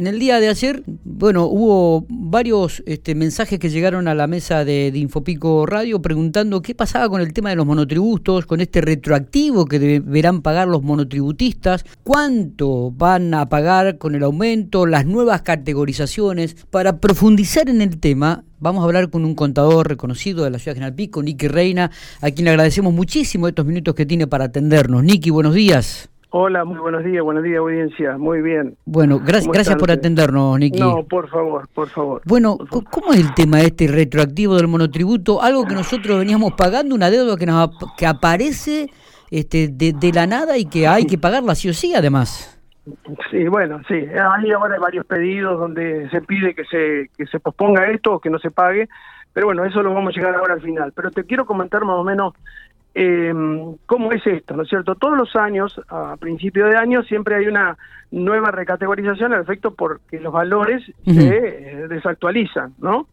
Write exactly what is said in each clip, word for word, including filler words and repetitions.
En el día de ayer, bueno, hubo varios este, mensajes que llegaron a la mesa de, de Infopico Radio preguntando qué pasaba con el tema de los monotributos, con este retroactivo que deberán pagar los monotributistas, cuánto van a pagar con el aumento, las nuevas categorizaciones. Para profundizar en el tema, vamos a hablar con un contador reconocido de la ciudad de General Pico, Nicky Reina, a quien le agradecemos muchísimo estos minutos que tiene para atendernos. Nicky, buenos días. Hola, muy buenos días, buenos días audiencia, muy bien. Bueno, gracias, gracias por atendernos, Nicky. No, por favor, por favor. Bueno, por favor. ¿cómo es el tema este retroactivo del monotributo? Algo que nosotros veníamos pagando, una deuda que nos que aparece este, de, de la nada y que hay que pagarla sí o sí, además. Sí, bueno, sí, hay ahora varios pedidos donde se pide que se que se posponga esto o que no se pague, pero bueno, eso lo vamos a llegar ahora al final. Pero te quiero comentar más o menos Eh, ¿cómo es esto? ¿No es cierto? Todos los años, a principio de año, siempre hay una nueva recategorización al efecto porque los valores uh-huh. se eh, desactualizan, ¿no?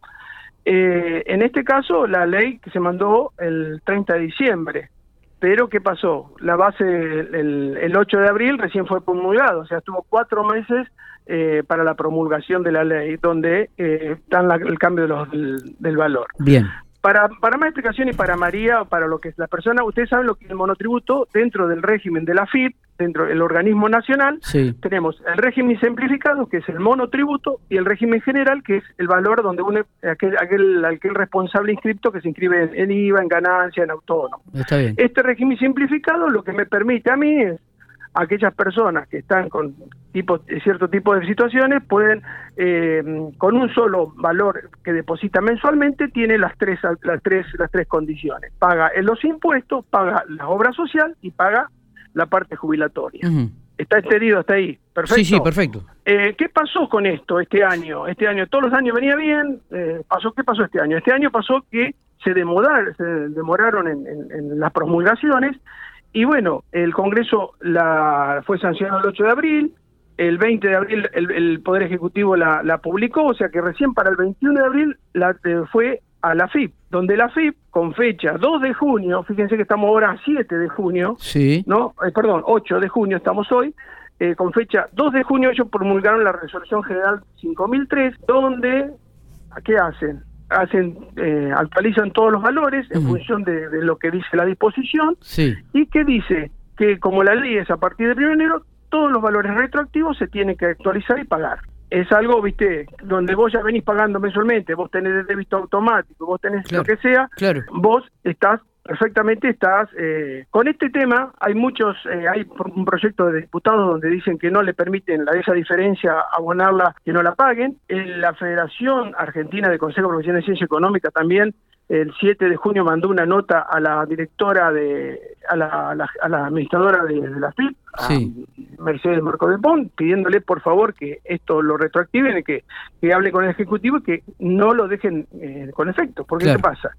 Eh, en este caso, la ley que se mandó el treinta de diciembre, pero ¿qué pasó? La base el, el ocho de abril recién fue promulgado, o sea, estuvo cuatro meses eh, para la promulgación de la ley, donde eh, está la, el cambio de los, del, del valor. Bien. Para, para más explicación y para María, o para lo que es la persona, ustedes saben lo que es el monotributo dentro del régimen de la F I P, dentro del organismo nacional, sí. Tenemos el régimen simplificado, que es el monotributo, y el régimen general, que es el valor donde uno, aquel, aquel, aquel responsable inscripto que se inscribe en, en I V A, en ganancia, en autónomo. Está bien. Este régimen simplificado lo que me permite a mí es aquellas personas que están con tipo, cierto tipo de situaciones pueden, eh, con un solo valor que deposita mensualmente, tiene las tres, las tres, las tres condiciones. Paga los impuestos, paga la obra social y paga la parte jubilatoria. Uh-huh. ¿Está entendido hasta ahí? Perfecto. Sí, sí, perfecto. Eh, ¿Qué pasó con esto este año? Este año, todos los años venía bien, eh, pasó, ¿qué pasó este año? Este año pasó que se demoraron, se demoraron en, en, en las promulgaciones. Y bueno, el Congreso la fue sancionado el ocho de abril, el veinte de abril el, el Poder Ejecutivo la, la publicó, o sea que recién para el veintiuno de abril la, eh, fue a la F I P, donde la F I P, con fecha dos de junio, fíjense que estamos ahora a siete de junio, sí. no, eh, perdón, ocho de junio estamos hoy, eh, con fecha dos de junio ellos promulgaron la Resolución General cinco mil tres, donde, ¿qué hacen? hacen eh, actualizan todos los valores en uh-huh. función de, de lo que dice la disposición, sí. y que dice que como la ley es a partir del primero de enero, todos los valores retroactivos se tienen que actualizar y pagar. Es algo, viste, donde vos ya venís pagando mensualmente, vos tenés el débito automático, vos tenés claro, lo que sea, claro. Vos estás perfectamente, estás eh, con este tema. Hay muchos, eh, hay un proyecto de diputados donde dicen que no le permiten la, esa diferencia abonarla, que no la paguen. En la Federación Argentina de Consejo Profesional de Ciencia Económica también el siete de junio mandó una nota a la directora de, a la, a la, a la administradora de, de la F I P, sí. a Mercedes Marco de Pont, pidiéndole por favor que esto lo retroactiven, que, que hable con el Ejecutivo y que no lo dejen eh, con efecto. Porque claro. ¿Qué pasa?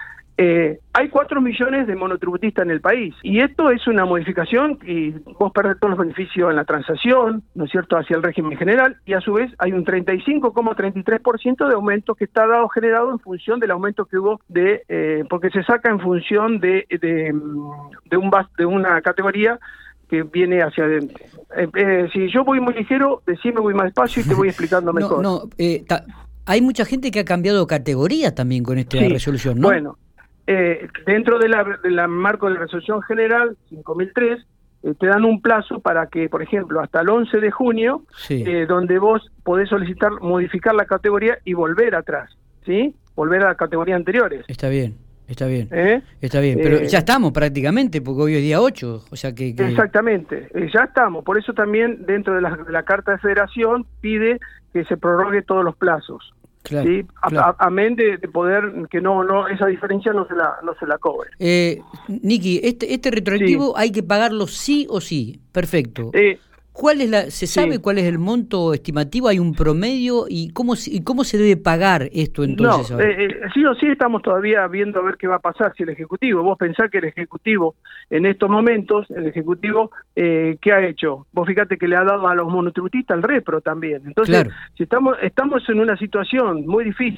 Eh, hay cuatro millones de monotributistas en el país y esto es una modificación y vos perdés todos los beneficios en la transacción, ¿no es cierto?, hacia el régimen general, y a su vez hay un treinta y cinco coma treinta y tres por ciento de aumento que está dado generado en función del aumento que hubo de eh, porque se saca en función de de, de un de una categoría que viene hacia adentro. Eh, eh, si yo voy muy ligero, decime voy más despacio y te voy explicando mejor. No, no, eh, ta, hay mucha gente que ha cambiado categoría también con esta sí, resolución, ¿no? Bueno. Eh, dentro de la, de la marco de la resolución general cinco mil tres eh, te dan un plazo para que, por ejemplo, hasta el once de junio, sí. eh, donde vos podés solicitar modificar la categoría y volver atrás, ¿sí? Volver a las categorías anteriores. Está bien, está bien, ¿Eh? está bien, pero eh, ya estamos prácticamente, porque hoy es día ocho, o sea que... que... Exactamente, eh, ya estamos, por eso también dentro de la, de la Carta de Federación pide que se prorrogue todos los plazos. Claro, sí, claro. Amén de, de poder que no no esa diferencia no se la no se la cobre. Eh, Nicky, este este retroactivo sí. hay que pagarlo sí o sí. Perfecto. Eh, ¿Cuál es la se sabe sí. cuál es el monto estimativo? ¿Hay un promedio y cómo y cómo se debe pagar esto entonces? No, eh, eh, sí o sí estamos todavía viendo a ver qué va a pasar si el Ejecutivo. Vos pensás que el Ejecutivo en estos momentos, el Ejecutivo eh, ¿qué ha hecho? Vos fíjate que le ha dado a los monotributistas el repro también. Entonces, claro. si estamos estamos en una situación muy difícil,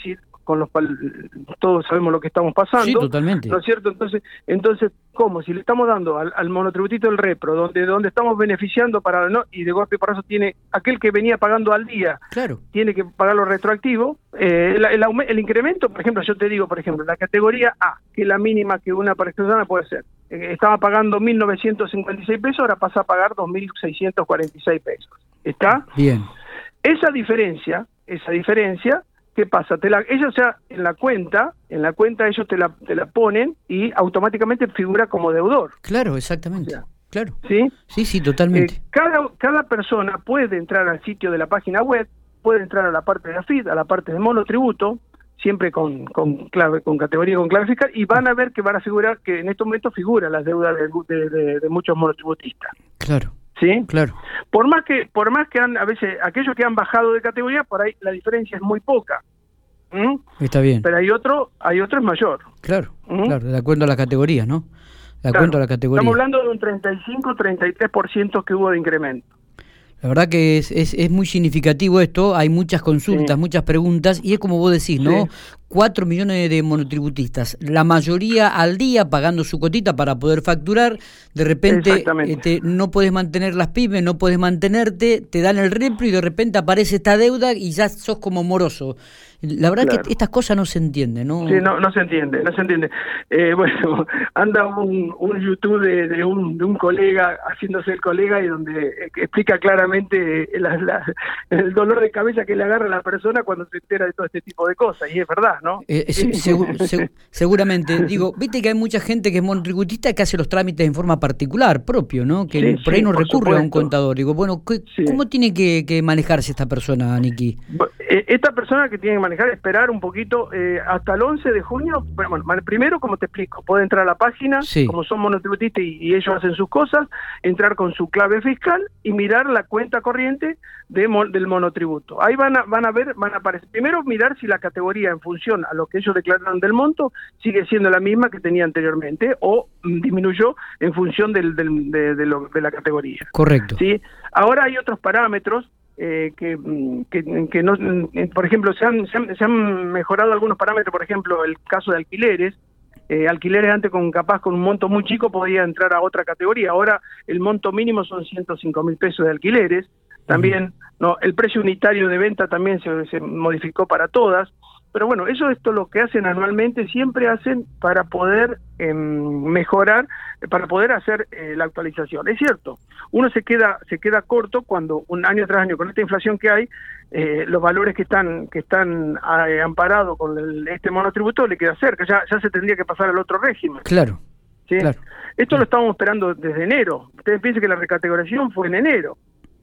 con los cuales todos sabemos lo que estamos pasando. Sí, totalmente. ¿No es cierto? Entonces, entonces ¿cómo? Si le estamos dando al, al monotributito del repro, donde donde estamos beneficiando para no y de golpe por eso tiene aquel que venía pagando al día, claro, tiene que pagarlo retroactivo, eh, el, el, aume- el incremento, por ejemplo, yo te digo, por ejemplo, la categoría A, que es la mínima que una persona puede ser, eh, estaba pagando mil novecientos cincuenta y seis pesos, ahora pasa a pagar dos mil seiscientos cuarenta y seis pesos. ¿Está? Bien. Esa diferencia, esa diferencia, ¿qué pasa? Te la, ellos ya en la cuenta, en la cuenta ellos te la, te la ponen y automáticamente figura como deudor. Claro, exactamente. O sea, claro. ¿sí? Sí, sí, totalmente. Eh, cada, cada persona puede entrar al sitio de la página web, puede entrar a la parte de A F I D, a la parte de monotributo, siempre con, con clave, con categoría, con clave fiscal, y van a ver que van a figurar, que en estos momentos figuran las deudas de, de, de, de muchos monotributistas. Claro. ¿Sí? Claro. Por más que, por más que han, a veces, aquellos que han bajado de categoría, por ahí la diferencia es muy poca. ¿Mm? Está bien. Pero hay otro, hay otro es mayor. Claro, ¿Mm? claro, de acuerdo a las categorías, ¿no? De acuerdo Claro. a la categoría. Estamos hablando de un treinta y cinco, treinta y tres por ciento que hubo de incremento. La verdad que es, es, es muy significativo esto, hay muchas consultas, Sí. muchas preguntas, y es como vos decís, ¿no? Sí. Cuatro millones de monotributistas, la mayoría al día pagando su cotita para poder facturar, de repente Exactamente. eh, te- no puedes mantener las pymes, no puedes mantenerte, te dan el repro y de repente aparece esta deuda y ya sos como moroso. La verdad Claro. que estas cosas no se entienden, ¿no? Sí, no, no se entiende, no se entiende. Eh, bueno, anda un, un YouTube de, de, un, de un colega haciéndose el colega y donde eh, explica claramente la, la, el dolor de cabeza que le agarra a la persona cuando se entera de todo este tipo de cosas, y es verdad, ¿no? Eh, se- segu- segu- seguramente, digo, viste que hay mucha gente que es monotributista que hace los trámites en forma particular, propio, ¿no? Que Sí, por ahí sí, no por recurre a un supuesto. contador. Digo, bueno, ¿qué- Sí. ¿cómo tiene que, que manejarse esta persona, Niki? Eh, Esta persona que tiene que manejar, esperar un poquito eh, hasta el once de junio. Bueno, bueno, primero, como te explico, puede entrar a la página, Sí. como son monotributistas y, y ellos hacen sus cosas, entrar con su clave fiscal y mirar la cuenta corriente de, mo- del monotributo. Ahí van a, van a ver, van a aparecer. Primero, mirar si la categoría en función a lo que ellos declararon del monto sigue siendo la misma que tenía anteriormente o mm, disminuyó en función del, del- de, de lo- de la categoría. Correcto. ¿Sí? Ahora hay otros parámetros eh, que, mm, que, que no, mm, por ejemplo, se han, se, han, se han mejorado algunos parámetros, por ejemplo, el caso de alquileres. Eh, alquileres antes con capaz con un monto muy chico podía entrar a otra categoría. Ahora el monto mínimo son ciento cinco mil pesos de alquileres. También no, el precio unitario de venta también se, se modificó para todas. Pero bueno, eso esto lo que hacen anualmente, siempre hacen para poder eh, mejorar, para poder hacer eh, la actualización. Es cierto, uno se queda se queda corto cuando un año tras año, con esta inflación que hay, eh, los valores que están que están eh, amparados con el, este monotributo le queda cerca, ya, ya se tendría que pasar al otro régimen. Claro, ¿Sí? claro. Esto lo estábamos esperando desde enero. Ustedes piensen que la recategorización fue en enero.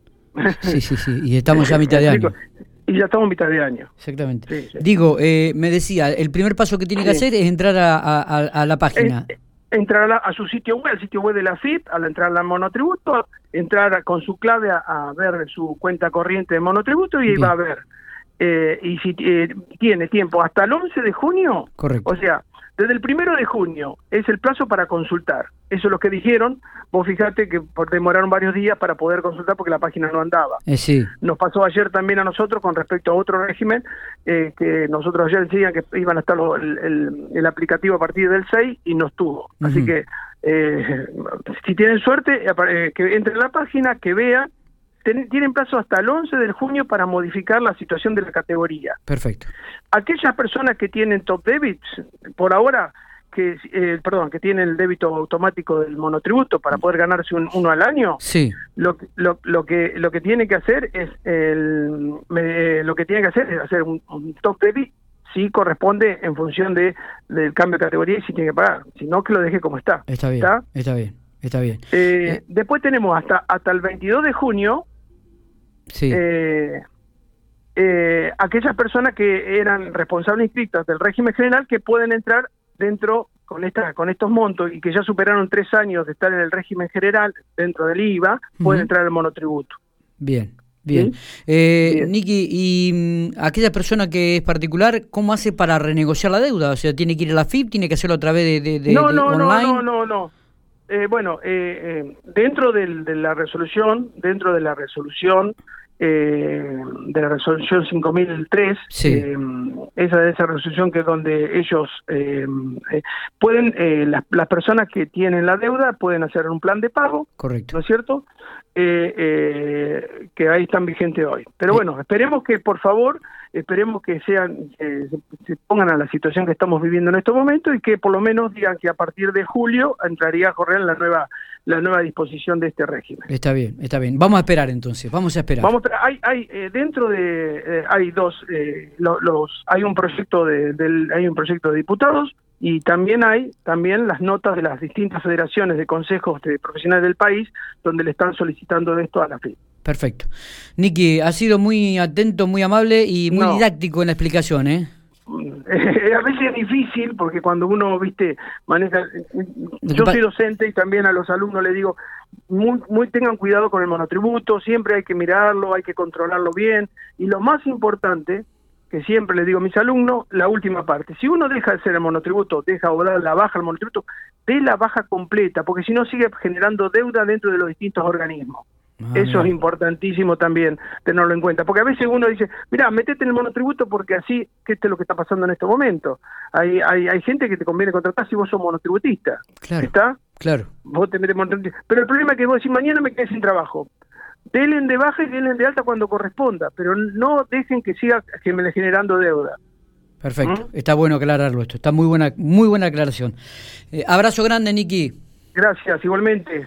Sí, sí, sí, y estamos ya a mitad de año. Y ya estamos a mitad de año. Exactamente. Sí, sí. Digo, eh, me decía, el primer paso que tiene que Sí. hacer es entrar a, a- a- a la página. En- entrar a, la- a su sitio web, al sitio web de la F I P, al entrar al monotributo, entrar a- con su clave a, a ver su cuenta corriente de monotributo y ahí Bien. va a ver. Eh, y si eh, tiene tiempo hasta el once de junio, Correcto. o sea, desde el primero de junio es el plazo para consultar. Eso es lo que dijeron. Vos fijate que por demoraron varios días para poder consultar porque la página no andaba. Eh, sí, Nos pasó ayer también a nosotros con respecto a otro régimen, eh, que nosotros ayer decían que iban a estar lo- el, el- el aplicativo a partir del seis y no estuvo. Así Ujú. que eh, si tienen suerte, eh, que entren a la página, que vean. Ten- tienen plazo hasta el once de junio para modificar la situación de la categoría. perfecto. Aquellas personas que tienen top debits, por ahora, que eh, perdón, que tienen el débito automático del monotributo para poder ganarse un, uno al año, Sí, lo, lo, lo que lo que tiene que hacer es el me- lo que tiene que hacer es hacer un, un top debit si corresponde en función de del cambio de categoría y si tiene que pagar, si no que lo deje como está. está bien, ¿Está? está bien, está bien. Eh, Eh. Después tenemos hasta hasta el veintidós de junio Sí, eh, eh, aquellas personas que eran responsables inscritas del régimen general que pueden entrar dentro con esta con estos montos y que ya superaron tres años de estar en el régimen general dentro del I V A, pueden Ujú. entrar al monotributo. bien. Bien. ¿Sí? Eh, Bien. Niki, y mm, aquella persona que es particular, ¿cómo hace para renegociar la deuda? O sea, ¿tiene que ir a la F I P? ¿Tiene que hacerlo a través de, de, de- No, de no, no, online? no, no, no. Eh, bueno, eh, eh, dentro del, de la resolución, dentro de la resolución, eh, de la resolución cinco mil tres, Sí. eh, esa esa resolución que es donde ellos eh, eh, pueden, eh, las, las personas que tienen la deuda pueden hacer un plan de pago, correcto, ¿no es cierto? Eh, eh, que ahí están vigentes hoy. Pero bueno, esperemos que, por favor, esperemos que sean eh, se, se pongan a la situación que estamos viviendo en estos momentos y que por lo menos digan que a partir de julio entraría a correr la nueva la nueva disposición de este régimen. Está bien, está bien. Vamos a esperar entonces, vamos a esperar. Vamos a, hay hay eh, dentro de eh, hay dos eh, lo, los hay un proyecto de del hay un proyecto de diputados y también hay también las notas de las distintas federaciones de consejos de profesionales del país donde le están solicitando de esto a la F I P. Perfecto. Nicky, ha sido muy atento, muy amable y muy no. didáctico en la explicación, ¿eh? A veces es difícil porque cuando uno, viste, maneja... Yo soy docente y también a los alumnos les digo, muy, muy tengan cuidado con el monotributo, siempre hay que mirarlo, hay que controlarlo bien, y lo más importante, que siempre les digo a mis alumnos, la última parte. Si uno deja de hacer el monotributo, deja o dar la baja al monotributo, dé la baja completa, porque si no sigue generando deuda dentro de los distintos organismos. Ah, Eso bien. Es importantísimo también tenerlo en cuenta, porque a veces uno dice, mira, metete en el monotributo porque así, que esto es lo que está pasando en este momento. Hay hay hay gente que te conviene contratar si vos sos monotributista. Claro, ¿está? Claro. Vos te metes monotributista. Pero el problema es que vos decís, mañana me quedé sin trabajo. Denle de baja y denle de alta cuando corresponda, pero no dejen que siga generando deuda. Perfecto, ¿Mm? Está bueno aclararlo esto, está muy buena, muy buena aclaración. Eh, abrazo grande, Nicky. Gracias, igualmente.